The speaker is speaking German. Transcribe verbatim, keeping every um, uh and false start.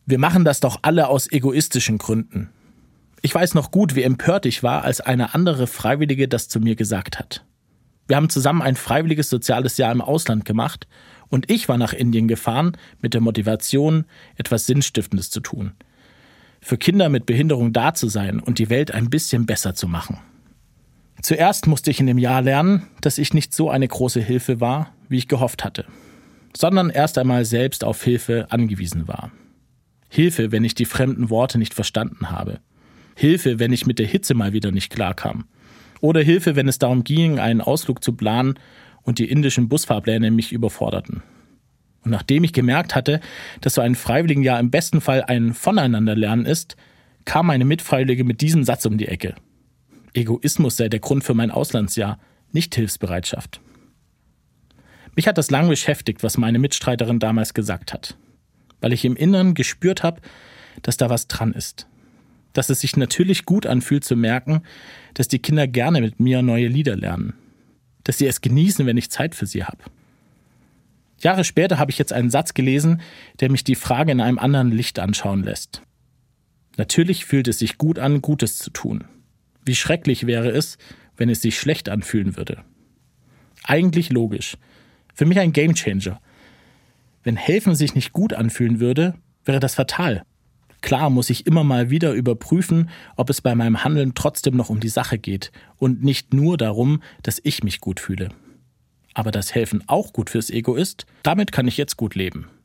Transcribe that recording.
Wir machen das doch alle aus egoistischen Gründen. Ich weiß noch gut, wie empört ich war, als eine andere Freiwillige das zu mir gesagt hat. Wir haben zusammen ein freiwilliges soziales Jahr im Ausland gemacht und ich war nach Indien gefahren mit der Motivation, etwas Sinnstiftendes zu tun. Für Kinder mit Behinderung da zu sein und die Welt ein bisschen besser zu machen. Zuerst musste ich in dem Jahr lernen, dass ich nicht so eine große Hilfe war, wie ich gehofft hatte, sondern erst einmal selbst auf Hilfe angewiesen war. Hilfe, wenn ich die fremden Worte nicht verstanden habe. Hilfe, wenn ich mit der Hitze mal wieder nicht klarkam. Oder Hilfe, wenn es darum ging, einen Ausflug zu planen und die indischen Busfahrpläne mich überforderten. Und nachdem ich gemerkt hatte, dass so ein Freiwilligenjahr im besten Fall ein Voneinanderlernen ist, kam meine Mitfreiwillige mit diesem Satz um die Ecke. Egoismus sei der Grund für mein Auslandsjahr, nicht Hilfsbereitschaft. Mich hat das lange beschäftigt, was meine Mitstreiterin damals gesagt hat, weil ich im Inneren gespürt habe, dass da was dran ist. Dass es sich natürlich gut anfühlt zu merken, dass die Kinder gerne mit mir neue Lieder lernen. Dass sie es genießen, wenn ich Zeit für sie habe. Jahre später habe ich jetzt einen Satz gelesen, der mich die Frage in einem anderen Licht anschauen lässt. Natürlich fühlt es sich gut an, Gutes zu tun. Wie schrecklich wäre es, wenn es sich schlecht anfühlen würde. Eigentlich logisch. Für mich ein Gamechanger. Wenn Helfen sich nicht gut anfühlen würde, wäre das fatal. Klar muss ich immer mal wieder überprüfen, ob es bei meinem Handeln trotzdem noch um die Sache geht und nicht nur darum, dass ich mich gut fühle. Aber dass Helfen auch gut fürs Ego ist, damit kann ich jetzt gut leben.